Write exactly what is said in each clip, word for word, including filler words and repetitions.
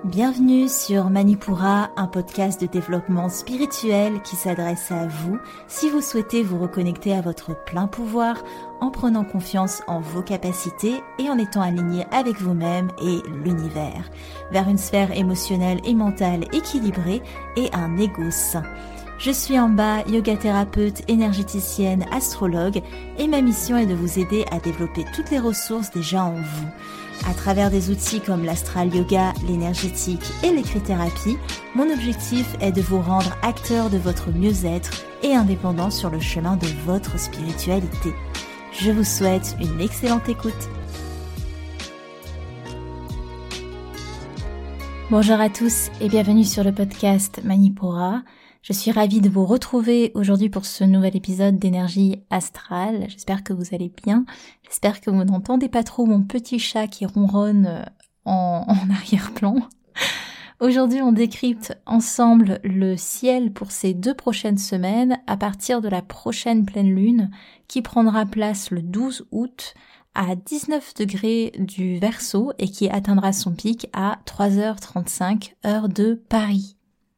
Bienvenue sur Manipura, un podcast de développement spirituel qui s'adresse à vous si vous souhaitez vous reconnecter à votre plein pouvoir en prenant confiance en vos capacités et en étant aligné avec vous-même et l'univers, vers une sphère émotionnelle et mentale équilibrée et un ego sain. Je suis Amba, yoga thérapeute, énergéticienne, astrologue et ma mission est de vous aider à développer toutes les ressources déjà en vous. À travers des outils comme l'astral yoga, l'énergétique et l'écrit-thérapie, mon objectif est de vous rendre acteur de votre mieux-être et indépendant sur le chemin de votre spiritualité. Je vous souhaite une excellente écoute. Bonjour à tous et bienvenue sur le podcast Manipura. Je suis ravie de vous retrouver aujourd'hui pour ce nouvel épisode d'énergie astrale. J'espère que vous allez bien. J'espère que vous n'entendez pas trop mon petit chat qui ronronne en, en arrière-plan. Aujourd'hui, on décrypte ensemble le ciel pour ces deux prochaines semaines à partir de la prochaine pleine lune qui prendra place le douze août à dix-neuf degrés du Verseau et qui atteindra son pic à trois heures trente-cinq heure de Paris.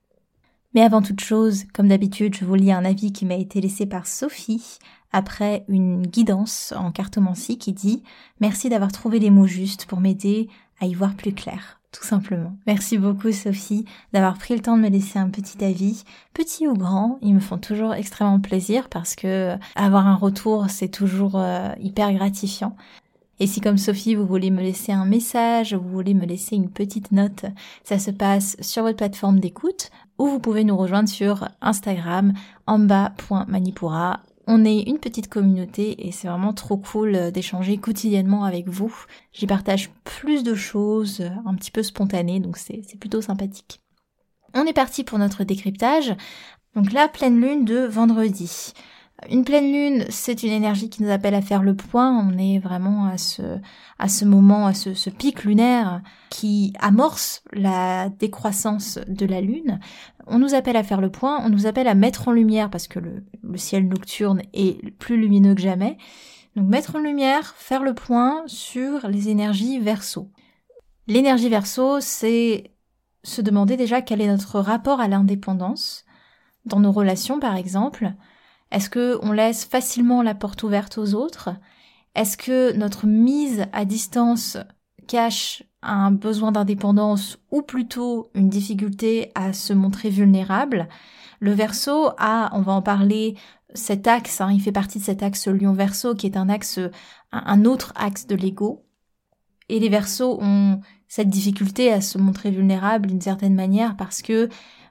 Mais avant toute chose, comme d'habitude, je vous lis un avis qui m'a été laissé par Sophie après une guidance en cartomancie qui dit « Merci d'avoir trouvé les mots justes pour m'aider à y voir plus clair ». Tout simplement. Merci beaucoup Sophie d'avoir pris le temps de me laisser un petit avis, petit ou grand, ils me font toujours extrêmement plaisir parce que avoir un retour c'est toujours euh, hyper gratifiant. Et si comme Sophie vous voulez me laisser un message, vous voulez me laisser une petite note, ça se passe sur votre plateforme d'écoute ou vous pouvez nous rejoindre sur Instagram amba point manipura. On est une petite communauté et c'est vraiment trop cool d'échanger quotidiennement avec vous. J'y partage plus de choses, un petit peu spontanées, donc c'est, c'est plutôt sympathique. On est parti pour notre décryptage. Donc la pleine lune de vendredi. Une pleine lune, c'est une énergie qui nous appelle à faire le point. On est vraiment à ce, à ce moment, à ce, ce pic lunaire qui amorce la décroissance de la lune. On nous appelle à faire le point, on nous appelle à mettre en lumière parce que le, le ciel nocturne est plus lumineux que jamais. Donc mettre en lumière, faire le point sur les énergies Verseau. L'énergie Verseau, c'est se demander déjà quel est notre rapport à l'indépendance dans nos relations par exemple. Est-ce que on laisse facilement la porte ouverte aux autres? Est-ce que notre mise à distance cache un besoin d'indépendance ou plutôt une difficulté à se montrer vulnérable? Le Verseau a, on va en parler, cet axe, hein, il fait partie de cet axe Lion-Verseau qui est un axe, un autre axe de l'ego. Et les Verseaux ont cette difficulté à se montrer vulnérables d'une certaine manière parce que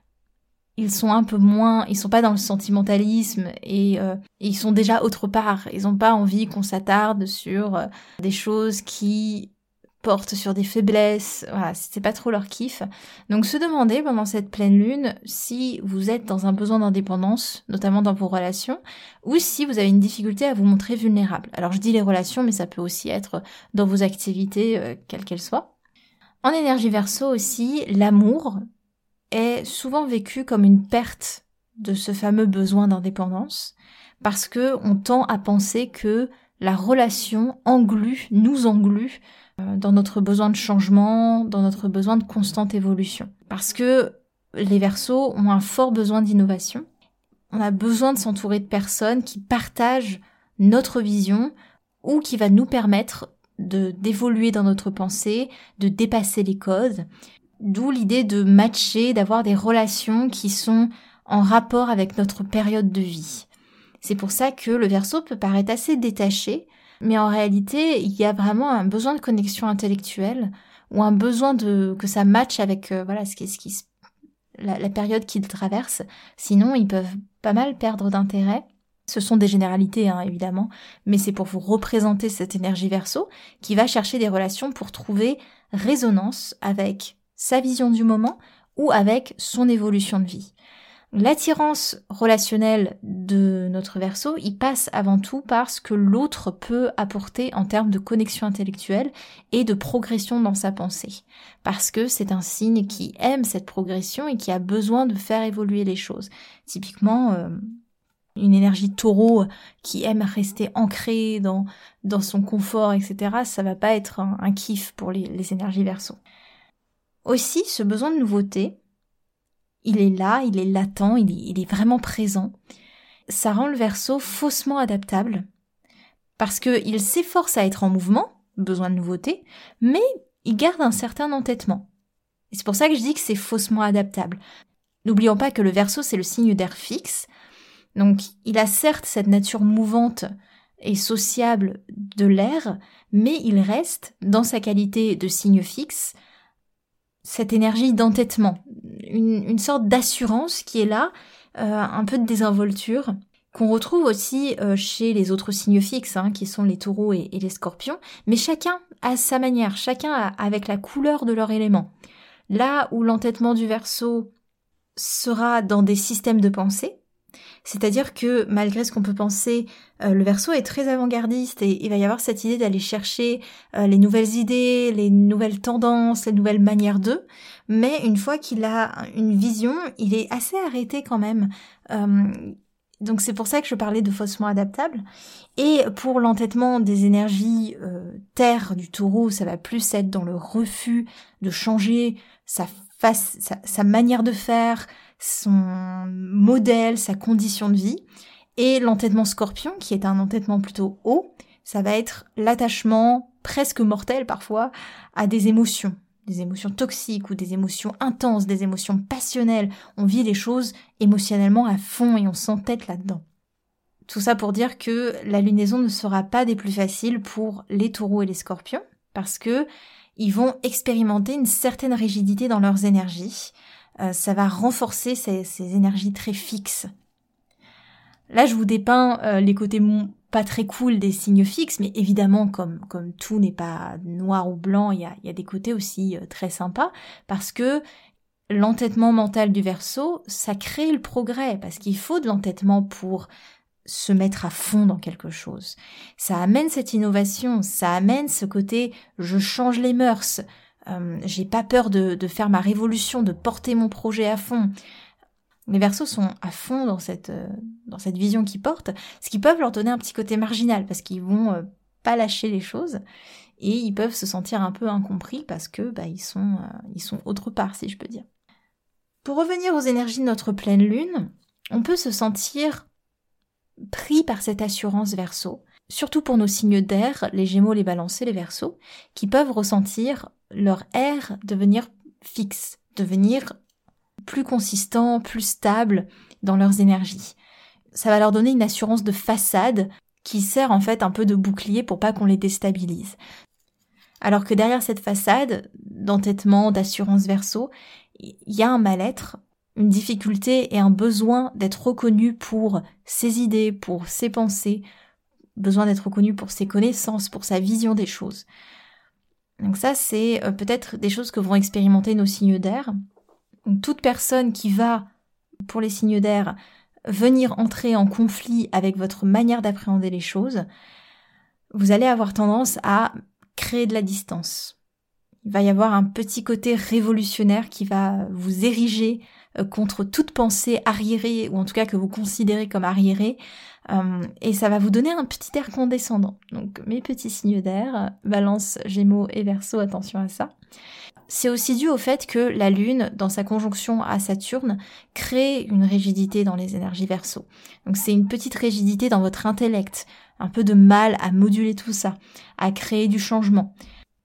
ils sont un peu moins, ils sont pas dans le sentimentalisme et, euh, et ils sont déjà autre part. Ils ont pas envie qu'on s'attarde sur euh, des choses qui portent sur des faiblesses. Voilà, c'est pas trop leur kiff. Donc se demander pendant cette pleine lune si vous êtes dans un besoin d'indépendance, notamment dans vos relations, ou si vous avez une difficulté à vous montrer vulnérable. Alors je dis les relations, mais ça peut aussi être dans vos activités, euh, quelles qu'elles soient. En énergie Verseau aussi, l'amour est souvent vécu comme une perte de ce fameux besoin d'indépendance parce que on tend à penser que la relation englue, nous englue euh, dans notre besoin de changement, dans notre besoin de constante évolution. Parce que les Verseaux ont un fort besoin d'innovation. On a besoin de s'entourer de personnes qui partagent notre vision ou qui va nous permettre de d'évoluer dans notre pensée, de dépasser les codes. D'où l'idée de matcher, d'avoir des relations qui sont en rapport avec notre période de vie. C'est pour ça que le Verseau peut paraître assez détaché, mais en réalité, il y a vraiment un besoin de connexion intellectuelle ou un besoin de que ça matche avec euh, voilà ce qui, ce qui la, la période qu'ils traversent. Sinon, ils peuvent pas mal perdre d'intérêt. Ce sont des généralités, hein, évidemment, mais c'est pour vous représenter cette énergie Verseau qui va chercher des relations pour trouver résonance avec sa vision du moment ou avec son évolution de vie. L'attirance relationnelle de notre Verseau, il passe avant tout par ce que l'autre peut apporter en termes de connexion intellectuelle et de progression dans sa pensée. Parce que c'est un signe qui aime cette progression et qui a besoin de faire évoluer les choses. Typiquement, euh, une énergie taureau qui aime rester ancrée dans, dans son confort, et cetera, ça va pas être un, un kiff pour les, les énergies Verseau. Aussi, ce besoin de nouveauté, il est là, il est latent, il est, il est vraiment présent. Ça rend le Verseau faussement adaptable parce qu'il s'efforce à être en mouvement, besoin de nouveauté, mais il garde un certain entêtement. Et c'est pour ça que je dis que c'est faussement adaptable. N'oublions pas que le Verseau, c'est le signe d'air fixe. Donc, il a certes cette nature mouvante et sociable de l'air, mais il reste, dans sa qualité de signe fixe, cette énergie d'entêtement, une, une sorte d'assurance qui est là, euh, un peu de désinvolture, qu'on retrouve aussi euh, chez les autres signes fixes, hein, qui sont les taureaux et, et les scorpions, mais chacun à sa manière, chacun a, avec la couleur de leur élément. Là où l'entêtement du Verseau sera dans des systèmes de pensée, c'est-à-dire que malgré ce qu'on peut penser, euh, le Verseau est très avant-gardiste et il va y avoir cette idée d'aller chercher euh, les nouvelles idées, les nouvelles tendances, les nouvelles manières d'eux, mais une fois qu'il a une vision, il est assez arrêté quand même. Euh, donc c'est pour ça que je parlais de faussement adaptable. Et pour l'entêtement des énergies euh, terre du Taureau, ça va plus être dans le refus de changer sa face, sa, sa manière de faire, son modèle, sa condition de vie. Et l'entêtement Scorpion, qui est un entêtement plutôt haut, ça va être l'attachement presque mortel parfois à des émotions, des émotions toxiques ou des émotions intenses, des émotions passionnelles. On vit les choses émotionnellement à fond et on s'entête là-dedans. Tout ça pour dire que la lunaison ne sera pas des plus faciles pour les taureaux et les scorpions, parce que ils vont expérimenter une certaine rigidité dans leurs énergies. Euh, ça va renforcer ces, ces énergies très fixes. Là, je vous dépeins euh, les côtés m- pas très cool des signes fixes, mais évidemment, comme, comme tout n'est pas noir ou blanc, il y a, y a des côtés aussi euh, très sympas, parce que l'entêtement mental du Verseau, ça crée le progrès, parce qu'il faut de l'entêtement pour se mettre à fond dans quelque chose. Ça amène cette innovation, ça amène ce côté « je change les mœurs euh, », j'ai pas peur de, de faire ma révolution, de porter mon projet à fond. Les Verseaux sont à fond dans cette, euh, dans cette vision qu'ils portent, ce qui peut leur donner un petit côté marginal, parce qu'ils vont euh, pas lâcher les choses, et ils peuvent se sentir un peu incompris, parce que bah, ils sont, euh, ils sont autre part, si je peux dire. Pour revenir aux énergies de notre pleine lune, on peut se sentir pris par cette assurance Verseau, surtout pour nos signes d'air, les Gémeaux, les Balanciers, les Verseaux, qui peuvent ressentir leur air devenir fixe, devenir plus consistant, plus stable dans leurs énergies. Ça va leur donner une assurance de façade qui sert en fait un peu de bouclier pour pas qu'on les déstabilise. Alors que derrière cette façade d'entêtement, d'assurance Verseau, il y a un mal-être, une difficulté et un besoin d'être reconnu pour ses idées, pour ses pensées, besoin d'être reconnu pour ses connaissances, pour sa vision des choses. Donc ça, c'est peut-être des choses que vont expérimenter nos signes d'air. Donc toute personne qui va, pour les signes d'air, venir entrer en conflit avec votre manière d'appréhender les choses, vous allez avoir tendance à créer de la distance. Il va y avoir un petit côté révolutionnaire qui va vous ériger contre toute pensée arriérée, ou en tout cas que vous considérez comme arriérée, euh, et ça va vous donner un petit air condescendant. Donc mes petits signes d'air, Balance, Gémeaux et Verseau, attention à ça. C'est aussi dû au fait que la Lune, dans sa conjonction à Saturne, crée une rigidité dans les énergies Verseau. Donc c'est une petite rigidité dans votre intellect, un peu de mal à moduler tout ça, à créer du changement.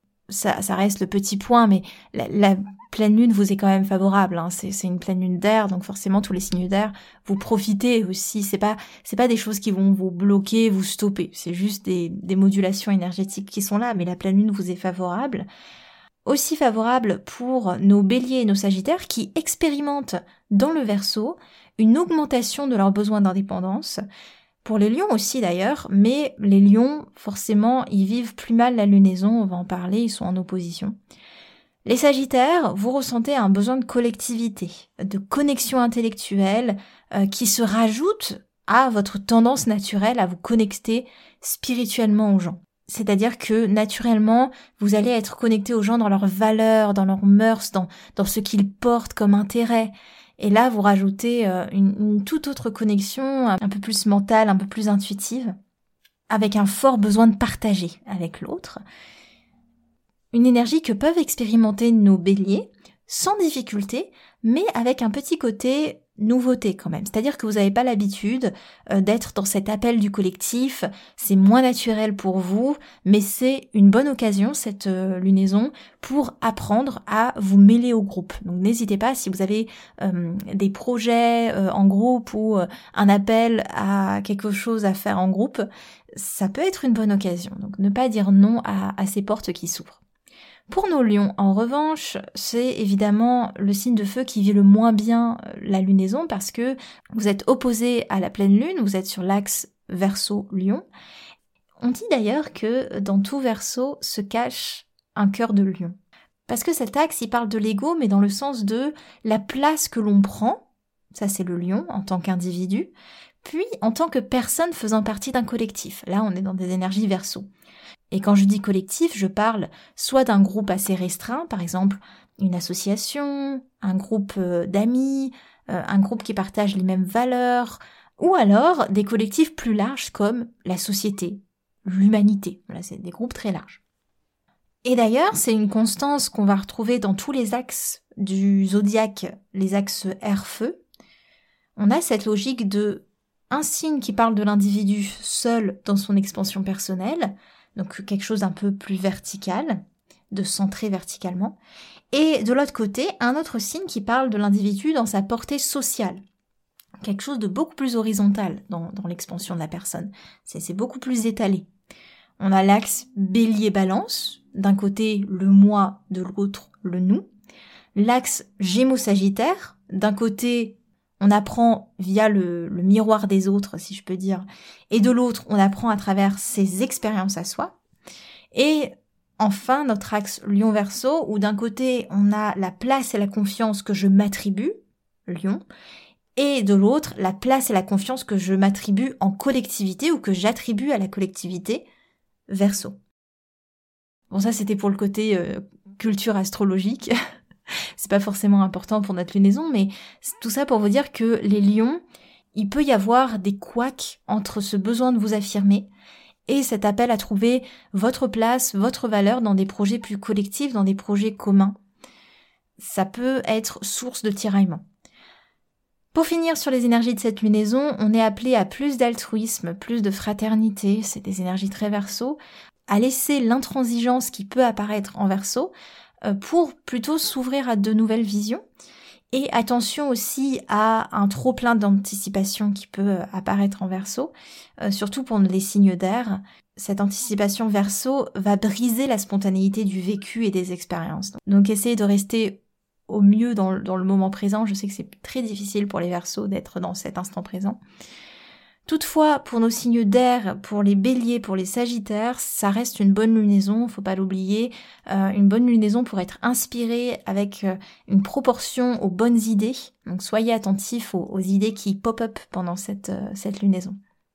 Ça, ça reste le petit point, mais la, la pleine lune vous est quand même favorable. Hein. C'est, c'est une pleine lune d'air, donc forcément tous les signes d'air, vous profitez aussi. C'est pas, c'est pas des choses qui vont vous bloquer, vous stopper. C'est juste des, des modulations énergétiques qui sont là, mais la pleine lune vous est favorable. Aussi favorable pour nos béliers et nos sagittaires qui expérimentent dans le Verseau une augmentation de leurs besoins d'indépendance. Pour les lions aussi d'ailleurs, mais les lions, forcément, ils vivent plus mal la lunaison, on va en parler, ils sont en opposition. Les sagittaires, vous ressentez un besoin de collectivité, de connexion intellectuelle euh, qui se rajoute à votre tendance naturelle à vous connecter spirituellement aux gens. C'est-à-dire que naturellement, vous allez être connecté aux gens dans leurs valeurs, dans leurs mœurs, dans, dans ce qu'ils portent comme intérêt. Et là, vous rajoutez une, une toute autre connexion, un peu plus mentale, un peu plus intuitive, avec un fort besoin de partager avec l'autre. Une énergie que peuvent expérimenter nos béliers, sans difficulté, mais avec un petit côté nouveauté quand même. C'est-à-dire que vous n'avez pas l'habitude euh, d'être dans cet appel du collectif, c'est moins naturel pour vous, mais c'est une bonne occasion, cette euh, lunaison, pour apprendre à vous mêler au groupe. Donc n'hésitez pas, si vous avez euh, des projets euh, en groupe ou euh, un appel à quelque chose à faire en groupe, ça peut être une bonne occasion. Donc ne pas dire non à, à ces portes qui s'ouvrent. Pour nos lions, en revanche, c'est évidemment le signe de feu qui vit le moins bien la lunaison parce que vous êtes opposé à la pleine lune, vous êtes sur l'axe Verseau-Lion. On dit d'ailleurs que dans tout Verseau se cache un cœur de lion. Parce que cet axe, il parle de l'ego, mais dans le sens de la place que l'on prend, ça c'est le lion en tant qu'individu, puis en tant que personne faisant partie d'un collectif. Là, on est dans des énergies Verseau. Et quand je dis collectif, je parle soit d'un groupe assez restreint, par exemple une association, un groupe d'amis, un groupe qui partage les mêmes valeurs, ou alors des collectifs plus larges comme la société, l'humanité. Voilà, c'est des groupes très larges. Et d'ailleurs, c'est une constance qu'on va retrouver dans tous les axes du zodiaque, les axes air-feu. On a cette logique de un signe qui parle de l'individu seul dans son expansion personnelle, donc quelque chose d'un peu plus vertical, de centrer verticalement. Et de l'autre côté, un autre signe qui parle de l'individu dans sa portée sociale. Quelque chose de beaucoup plus horizontal dans, dans l'expansion de la personne. C'est, c'est beaucoup plus étalé. On a l'axe bélier-balance, d'un côté le moi, de l'autre le nous. L'axe gémeaux-sagittaire, d'un côté on apprend via le, le miroir des autres, si je peux dire, et de l'autre, on apprend à travers ses expériences à soi. Et enfin, notre axe Lion-Verseau, où d'un côté, on a la place et la confiance que je m'attribue, Lion, et de l'autre, la place et la confiance que je m'attribue en collectivité ou que j'attribue à la collectivité, Verseau. Bon, ça, c'était pour le côté euh, culture astrologique. C'est pas forcément important pour notre lunaison, mais tout ça pour vous dire que les lions, il peut y avoir des couacs entre ce besoin de vous affirmer et cet appel à trouver votre place, votre valeur dans des projets plus collectifs, dans des projets communs. Ça peut être source de tiraillement. Pour finir sur les énergies de cette lunaison, on est appelé à plus d'altruisme, plus de fraternité, c'est des énergies très Verseau, à laisser l'intransigeance qui peut apparaître en Verseau, pour plutôt s'ouvrir à de nouvelles visions. Et attention aussi à un trop plein d'anticipation qui peut apparaître en Verseau, euh, surtout pour les signes d'air. Cette anticipation Verseau va briser la spontanéité du vécu et des expériences. Donc essayez de rester au mieux dans le, dans le moment présent. Je sais que c'est très difficile pour les Verseaux d'être dans cet instant présent. Toutefois, pour nos signes d'air, pour les béliers, pour les sagittaires, ça reste une bonne lunaison, faut pas l'oublier, euh, une bonne lunaison pour être inspiré avec euh, une proportion aux bonnes idées. Donc soyez attentifs aux, aux idées qui pop-up pendant cette, euh, cette lunaison.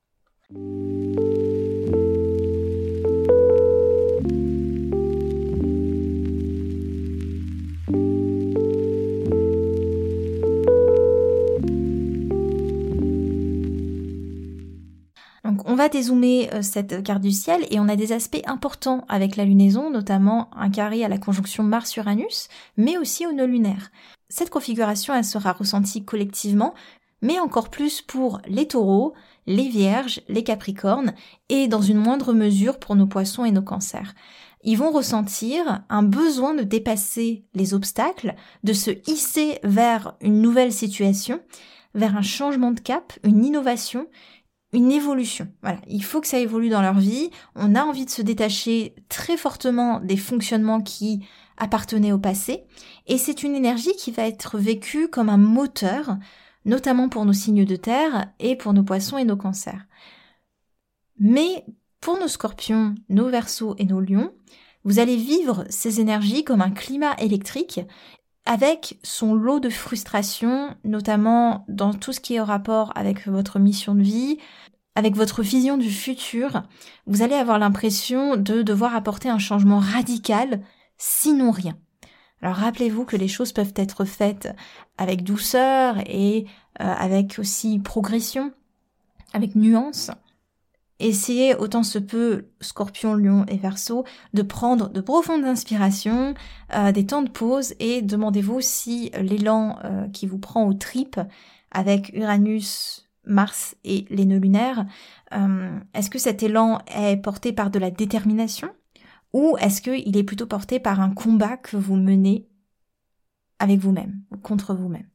Donc on va dézoomer euh, cette carte du ciel et on a des aspects importants avec la lunaison, notamment un carré à la conjonction Mars-Uranus, mais aussi au nœud lunaire. Cette configuration, elle sera ressentie collectivement, mais encore plus pour les taureaux, les vierges, les capricornes, et dans une moindre mesure pour nos poissons et nos cancers. Ils vont ressentir un besoin de dépasser les obstacles, de se hisser vers une nouvelle situation, vers un changement de cap, une innovation, une évolution. Voilà, il faut que ça évolue dans leur vie. On a envie de se détacher très fortement des fonctionnements qui appartenaient au passé. Et c'est une énergie qui va être vécue comme un moteur, notamment pour nos signes de terre et pour nos poissons et nos cancers. Mais pour nos scorpions, nos verseaux et nos lions, vous allez vivre ces énergies comme un climat électrique avec son lot de frustration, notamment dans tout ce qui est au rapport avec votre mission de vie, avec votre vision du futur. Vous allez avoir l'impression de devoir apporter un changement radical, sinon rien. Alors rappelez-vous que les choses peuvent être faites avec douceur et euh, avec aussi progression, avec nuance. essayez autant se peut, Scorpion, Lion et Verseau, de prendre de profondes inspirations, euh, des temps de pause, et demandez-vous si l'élan euh, qui vous prend aux tripes avec Uranus, Mars et les nœuds lunaires, euh, est-ce que cet élan est porté par de la détermination ou est-ce qu'il est plutôt porté par un combat que vous menez avec vous-même ou contre vous-même?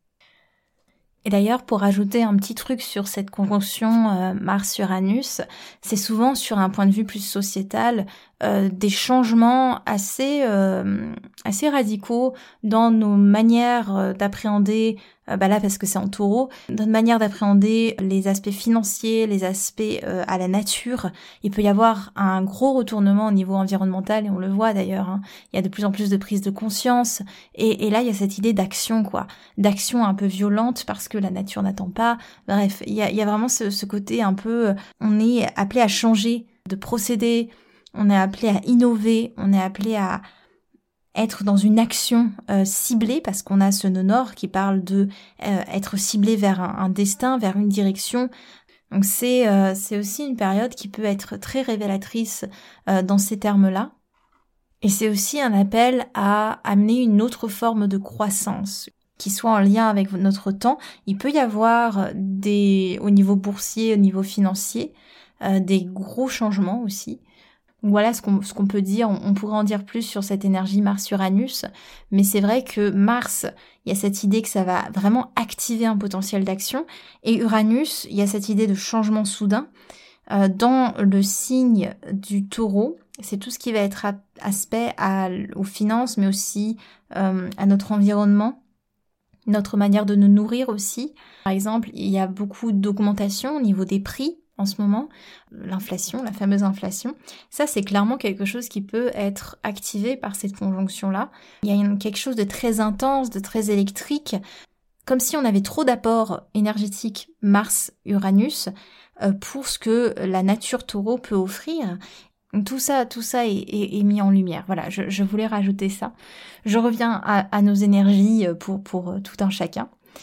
Et d'ailleurs, pour ajouter un petit truc sur cette conjonction euh, Mars-Uranus, c'est souvent sur un point de vue plus sociétal euh, des changements assez euh, assez radicaux dans nos manières euh, d'appréhender, euh, bah là parce que c'est en Taureau, dans notre manière d'appréhender les aspects financiers, les aspects euh, à la nature. Il peut y avoir un gros retournement au niveau environnemental et on le voit d'ailleurs. Hein. Il y a de plus en plus de prise de conscience et, et là il y a cette idée d'action quoi, d'action un peu violente parce que la nature n'attend pas. Bref, il y a, il y a vraiment ce, ce côté un peu, on est appelé à changer de procédé. On est appelé à innover, on est appelé à être dans une action euh, ciblée parce qu'on a ce nœud nord qui parle de euh, être ciblé vers un, un destin, vers une direction. Donc c'est euh, c'est aussi une période qui peut être très révélatrice euh, dans ces termes-là. Et c'est aussi un appel à amener une autre forme de croissance qui soit en lien avec notre temps. Il peut y avoir des au niveau boursier, au niveau financier, euh, des gros changements aussi. Voilà ce qu'on, ce qu'on peut dire, on, on pourrait en dire plus sur cette énergie Mars-Uranus, mais c'est vrai que Mars, il y a cette idée que ça va vraiment activer un potentiel d'action, et Uranus, il y a cette idée de changement soudain. Euh, dans le signe du Taureau, c'est tout ce qui va être a, aspect à, aux finances, mais aussi euh, à notre environnement, notre manière de nous nourrir aussi. Par exemple, il y a beaucoup d'augmentation au niveau des prix, en ce moment, l'inflation, la fameuse inflation, ça c'est clairement quelque chose qui peut être activé par cette conjonction-là. Il y a une, quelque chose de très intense, de très électrique, comme si on avait trop d'apports énergétiques Mars-Uranus euh, pour ce que la nature Taureau peut offrir. Tout ça, tout ça est, est, est mis en lumière. Voilà, je, je voulais rajouter ça. Je reviens à, à nos énergies pour, pour tout un chacun.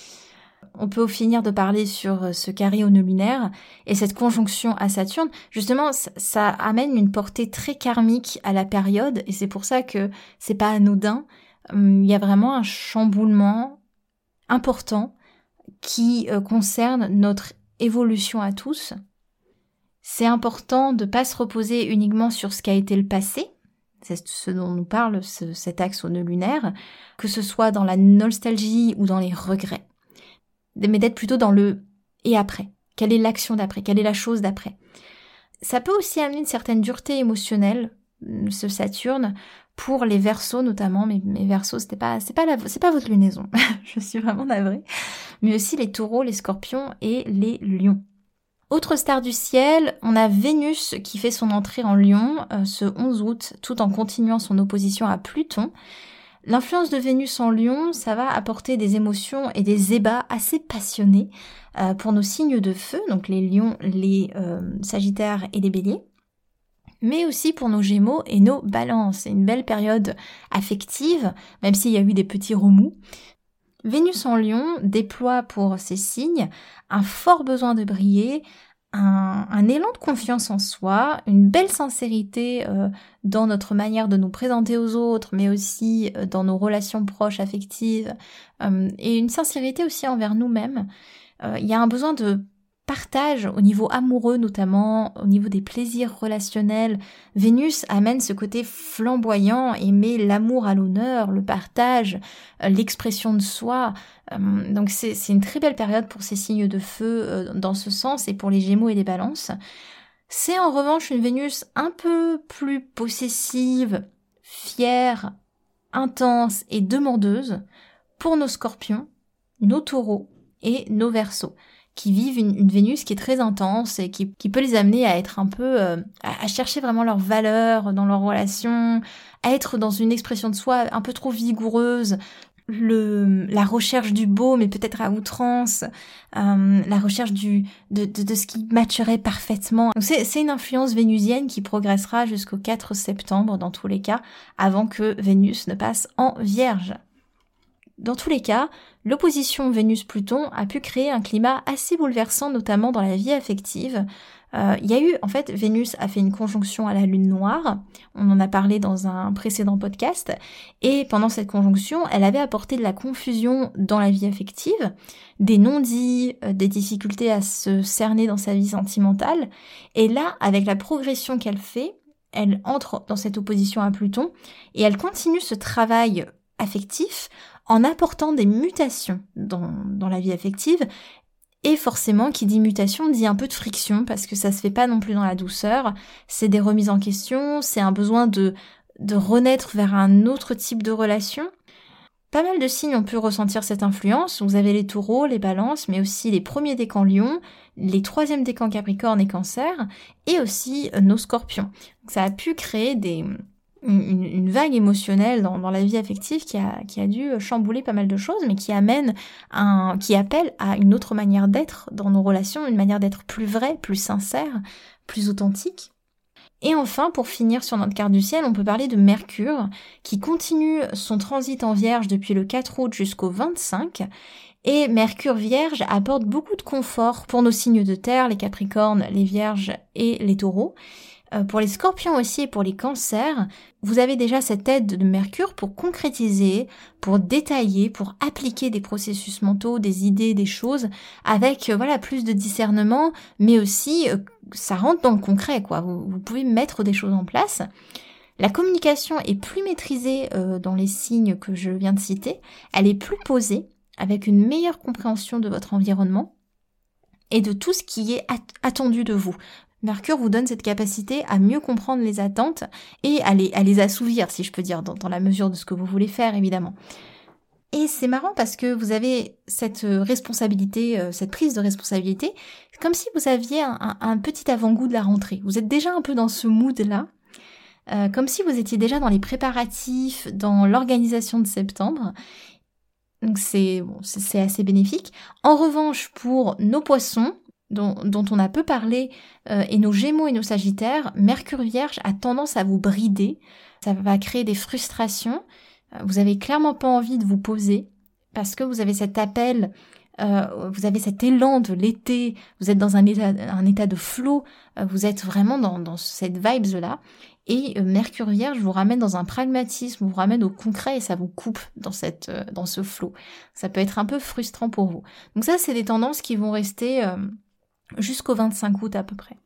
On peut finir de parler sur ce carré au nœud lunaire et cette conjonction à Saturne. Justement, ça, ça amène une portée très karmique à la période et c'est pour ça que c'est pas anodin. Il y a vraiment un chamboulement important qui euh, concerne notre évolution à tous. C'est important de pas se reposer uniquement sur ce qu'a été le passé. C'est ce dont nous parle ce, cet axe au nœud lunaire, que ce soit dans la nostalgie ou dans les regrets. Mais d'être plutôt dans le « et après ». Quelle est l'action d'après? Quelle est la chose d'après? Ça peut aussi amener une certaine dureté émotionnelle, ce Saturne, pour les Verseaux notamment. Mais, mais Verseaux, c'était pas, c'est pas la, c'est pas votre lunaison. Je suis vraiment navrée. Mais aussi les Taureaux, les Scorpions et les Lions. Autre star du ciel, on a Vénus qui fait son entrée en Lion euh, ce onze août, tout en continuant son opposition à Pluton. L'influence de Vénus en Lion, ça va apporter des émotions et des ébats assez passionnés euh, pour nos signes de feu, donc les Lions, les euh, Sagittaires et les Béliers, mais aussi pour nos Gémeaux et nos Balances. C'est une belle période affective, même s'il y a eu des petits remous. Vénus en Lion déploie pour ces signes un fort besoin de briller, Un, un élan de confiance en soi, une belle sincérité euh, dans notre manière de nous présenter aux autres, mais aussi euh, dans nos relations proches, affectives, euh, et une sincérité aussi envers nous-mêmes. Euh, il y a un besoin de partage au niveau amoureux, notamment au niveau des plaisirs relationnels. Vénus amène ce côté flamboyant et met l'amour à l'honneur, le partage, euh, l'expression de soi. Euh, donc c'est, c'est une très belle période pour ces signes de feu euh, dans ce sens et pour les Gémeaux et les Balances. C'est en revanche une Vénus un peu plus possessive, fière, intense et demandeuse pour nos Scorpions, nos Taureaux et nos Verseaux, qui vivent une, une Vénus qui est très intense et qui, qui peut les amener à être un peu, euh, à, à chercher vraiment leur valeur dans leurs relations, à être dans une expression de soi un peu trop vigoureuse, le, la recherche du beau mais peut-être à outrance, euh, la recherche du, de, de, de ce qui matcherait parfaitement. Donc c'est, c'est une influence vénusienne qui progressera jusqu'au quatre septembre dans tous les cas, avant que Vénus ne passe en Vierge. Dans tous les cas, l'opposition Vénus-Pluton a pu créer un climat assez bouleversant, notamment dans la vie affective. Euh, il y a eu, en fait, Vénus a fait une conjonction à la Lune noire, on en a parlé dans un précédent podcast, et pendant cette conjonction, elle avait apporté de la confusion dans la vie affective, des non-dits, euh, des difficultés à se cerner dans sa vie sentimentale, et là, avec la progression qu'elle fait, elle entre dans cette opposition à Pluton, et elle continue ce travail affectif en apportant des mutations dans, dans la vie affective. Et forcément, qui dit mutation, dit un peu de friction, parce que ça se fait pas non plus dans la douceur. C'est des remises en question, c'est un besoin de, de renaître vers un autre type de relation. Pas mal de signes ont pu ressentir cette influence. Vous avez les taureaux, les balances, mais aussi les premiers décans lion, les troisièmes décans capricorne et cancer, et aussi nos scorpions. Donc ça a pu créer des... Une, une vague émotionnelle dans, dans la vie affective qui a, qui a dû chambouler pas mal de choses, mais qui amène un, qui appelle à une autre manière d'être dans nos relations, une manière d'être plus vraie, plus sincère, plus authentique. Et enfin, pour finir sur notre carte du ciel, on peut parler de Mercure, qui continue son transit en Vierge depuis le quatre août jusqu'au vingt-cinq, et Mercure Vierge apporte beaucoup de confort pour nos signes de terre, les Capricornes, les Vierges et les Taureaux. Euh, pour les Scorpions aussi et pour les Cancers, vous avez déjà cette aide de Mercure pour concrétiser, pour détailler, pour appliquer des processus mentaux, des idées, des choses, avec euh, voilà plus de discernement, mais aussi euh, ça rentre dans le concret, quoi. Vous, vous pouvez mettre des choses en place. La communication est plus maîtrisée euh, dans les signes que je viens de citer, elle est plus posée, avec une meilleure compréhension de votre environnement et de tout ce qui est at- attendu de vous. Mercure vous donne cette capacité à mieux comprendre les attentes et à les, à les assouvir, si je peux dire, dans, dans la mesure de ce que vous voulez faire, évidemment. Et c'est marrant parce que vous avez cette responsabilité, euh, cette prise de responsabilité, comme si vous aviez un, un, un petit avant-goût de la rentrée. Vous êtes déjà un peu dans ce mood-là, euh, comme si vous étiez déjà dans les préparatifs, dans l'organisation de septembre. Donc c'est, bon, c'est, c'est assez bénéfique. En revanche, pour nos poissons, Dont, dont on a peu parlé, euh, et nos Gémeaux et nos Sagittaires, Mercure Vierge a tendance à vous brider, ça va créer des frustrations, euh, vous avez clairement pas envie de vous poser, parce que vous avez cet appel, euh, vous avez cet élan de l'été, vous êtes dans un état, un état de flow, euh, vous êtes vraiment dans, dans cette vibes-là, et euh, Mercure Vierge vous ramène dans un pragmatisme, vous ramène au concret, et ça vous coupe dans, cette, euh, dans ce flow. Ça peut être un peu frustrant pour vous. Donc ça, c'est des tendances qui vont rester... Euh, jusqu'au vingt-cinq août à peu près.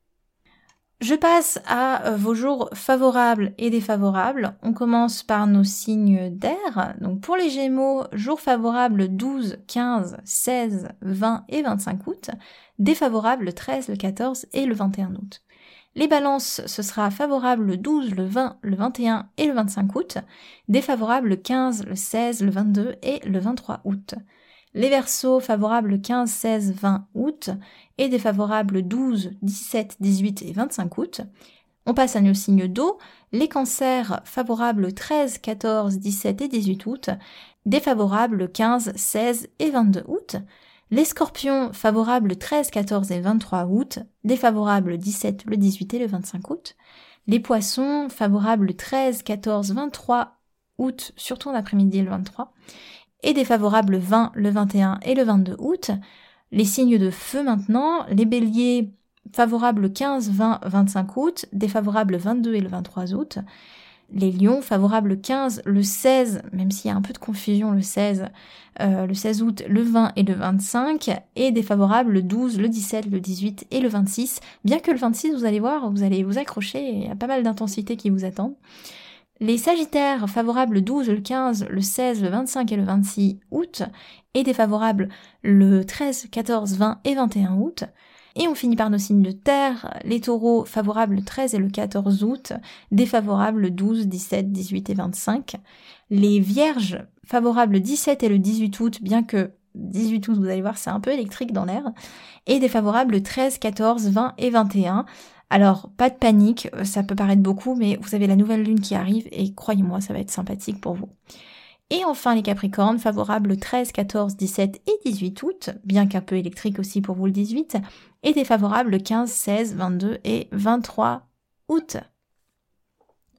Je passe à euh, vos jours favorables et défavorables. On commence par nos signes d'air. Donc pour les Gémeaux, jours favorables douze, quinze, seize, vingt et vingt-cinq août. Défavorables le treize, le quatorze et le vingt et un août. Les Balances, ce sera favorable le douze, le vingt, le vingt et un et le vingt-cinq août. Défavorable le quinze, le seize, le vingt-deux et le vingt-trois août. Les Verseaux, favorables quinze, seize, vingt août et défavorables douze, dix-sept, dix-huit et vingt-cinq août. On passe à nos signes d'eau. Les Cancers, favorables treize, quatorze, dix-sept et dix-huit août. Défavorables quinze, seize et vingt-deux août. Les Scorpions, favorables treize, quatorze et vingt-trois août. Défavorables dix-sept, le dix-huit et le vingt-cinq août. Les Poissons, favorables treize, quatorze, vingt-trois août, surtout en après-midi le vingt-trois. Et défavorables vingt, le vingt et un et le vingt-deux août. Les signes de feu maintenant, les Béliers favorables quinze, vingt, vingt-cinq août, défavorables vingt-deux et le vingt-trois août. Les Lions favorables quinze, le seize, même s'il y a un peu de confusion le seize, euh, le seize août, le vingt et le vingt-cinq, et défavorables le douze, le dix-sept, le dix-huit et le vingt-six. Bien que le vingt-six, vous allez voir, vous allez vous accrocher, il y a pas mal d'intensités qui vous attendent. Les Sagittaires, favorables le douze, le quinze, le seize, le vingt-cinq et le vingt-six août, et défavorables le treize, quatorze, vingt et vingt et un août. Et on finit par nos signes de terre, les Taureaux, favorables le treize et le quatorze août, défavorables le douze, dix-sept, dix-huit et vingt-cinq. Les Vierges, favorables le dix-sept et le dix-huit août, bien que dix-huit août, vous allez voir, c'est un peu électrique dans l'air, et défavorables le treize, quatorze, vingt et vingt et un. Alors, pas de panique, ça peut paraître beaucoup, mais vous avez la nouvelle lune qui arrive et croyez-moi, ça va être sympathique pour vous. Et enfin, les Capricornes, favorables le treize, quatorze, dix-sept et dix-huit août, bien qu'un peu électrique aussi pour vous le dix-huit, et défavorables le quinze, seize, vingt-deux et vingt-trois août.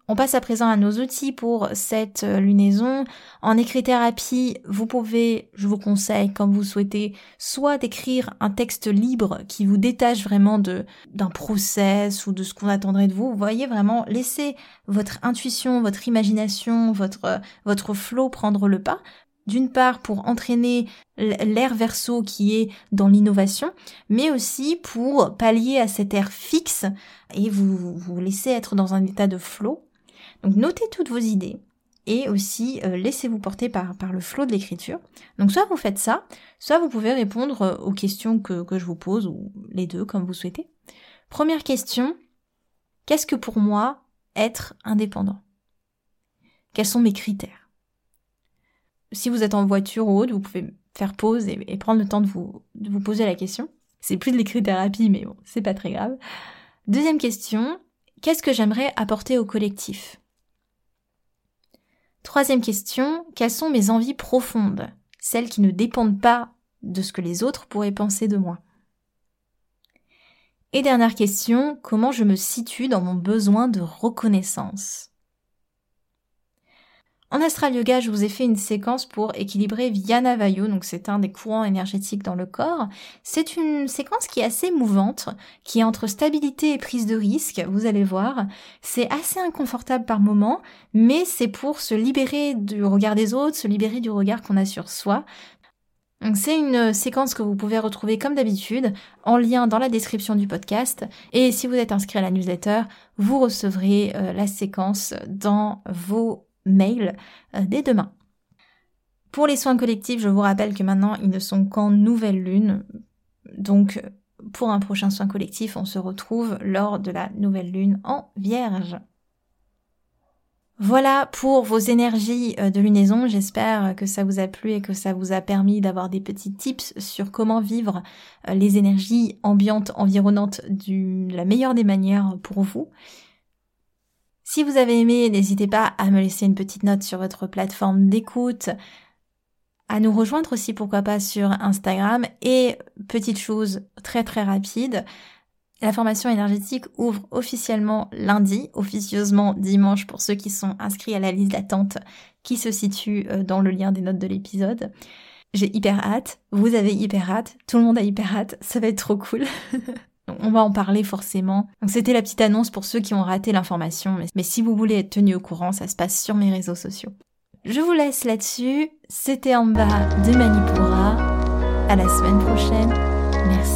On passe à présent à nos outils pour cette lunaison. En écrit-thérapie, vous pouvez, je vous conseille, comme vous souhaitez, soit d'écrire un texte libre qui vous détache vraiment de d'un process ou de ce qu'on attendrait de vous. Vous voyez, vraiment, laissez votre intuition, votre imagination, votre, votre flow prendre le pas. D'une part pour entraîner l'air verso qui est dans l'innovation, mais aussi pour pallier à cet air fixe et vous vous laisser être dans un état de flow. Donc notez toutes vos idées et aussi euh, laissez-vous porter par, par le flow de l'écriture. Donc soit vous faites ça, soit vous pouvez répondre aux questions que, que je vous pose, ou les deux comme vous souhaitez. Première question, qu'est-ce que pour moi être indépendant ? Quels sont mes critères ? Si vous êtes en voiture ou autre, vous pouvez faire pause et, et prendre le temps de vous, de vous poser la question. C'est plus de l'écrit-thérapie, mais bon, c'est pas très grave. Deuxième question, qu'est-ce que j'aimerais apporter au collectif ? Troisième question, quelles sont mes envies profondes, celles qui ne dépendent pas de ce que les autres pourraient penser de moi ? Et dernière question, comment je me situe dans mon besoin de reconnaissance ? En Astral Yoga, je vous ai fait une séquence pour équilibrer Viana Vayu, donc c'est un des courants énergétiques dans le corps. C'est une séquence qui est assez mouvante, qui est entre stabilité et prise de risque, vous allez voir. C'est assez inconfortable par moments, mais c'est pour se libérer du regard des autres, se libérer du regard qu'on a sur soi. Donc c'est une séquence que vous pouvez retrouver comme d'habitude en lien dans la description du podcast. Et si vous êtes inscrit à la newsletter, vous recevrez euh, la séquence dans vos mail euh, dès demain. Pour les soins collectifs, je vous rappelle que maintenant ils ne sont qu'en nouvelle lune, donc pour un prochain soin collectif, on se retrouve lors de la nouvelle lune en Vierge. Voilà pour vos énergies de lunaison, j'espère que ça vous a plu et que ça vous a permis d'avoir des petits tips sur comment vivre les énergies ambiantes, environnantes de la meilleure des manières pour vous. Si vous avez aimé, n'hésitez pas à me laisser une petite note sur votre plateforme d'écoute, à nous rejoindre aussi pourquoi pas sur Instagram. Et petite chose très très rapide, la formation énergétique ouvre officiellement lundi, officieusement dimanche pour ceux qui sont inscrits à la liste d'attente qui se situe dans le lien des notes de l'épisode. J'ai hyper hâte, vous avez hyper hâte, tout le monde a hyper hâte, ça va être trop cool. On va en parler forcément. Donc c'était la petite annonce pour ceux qui ont raté l'information, mais, mais si vous voulez être tenu au courant, ça se passe sur mes réseaux sociaux. Je vous laisse là-dessus. C'était en bas de Manipura. À la semaine prochaine. Merci.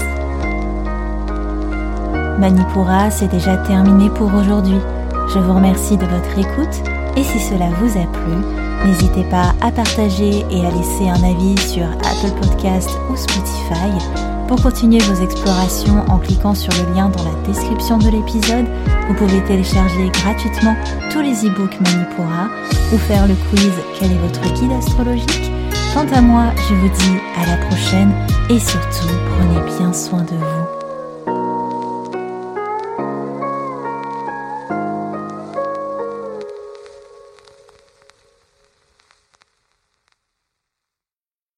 Manipura, c'est déjà terminé pour aujourd'hui. Je vous remercie de votre écoute et si cela vous a plu, n'hésitez pas à partager et à laisser un avis sur Apple Podcast ou Spotify. Pour continuer vos explorations en cliquant sur le lien dans la description de l'épisode, vous pouvez télécharger gratuitement tous les e-books Manipura ou faire le quiz « Quel est votre guide astrologique ?» Quant à moi, je vous dis à la prochaine et surtout, prenez bien soin de vous.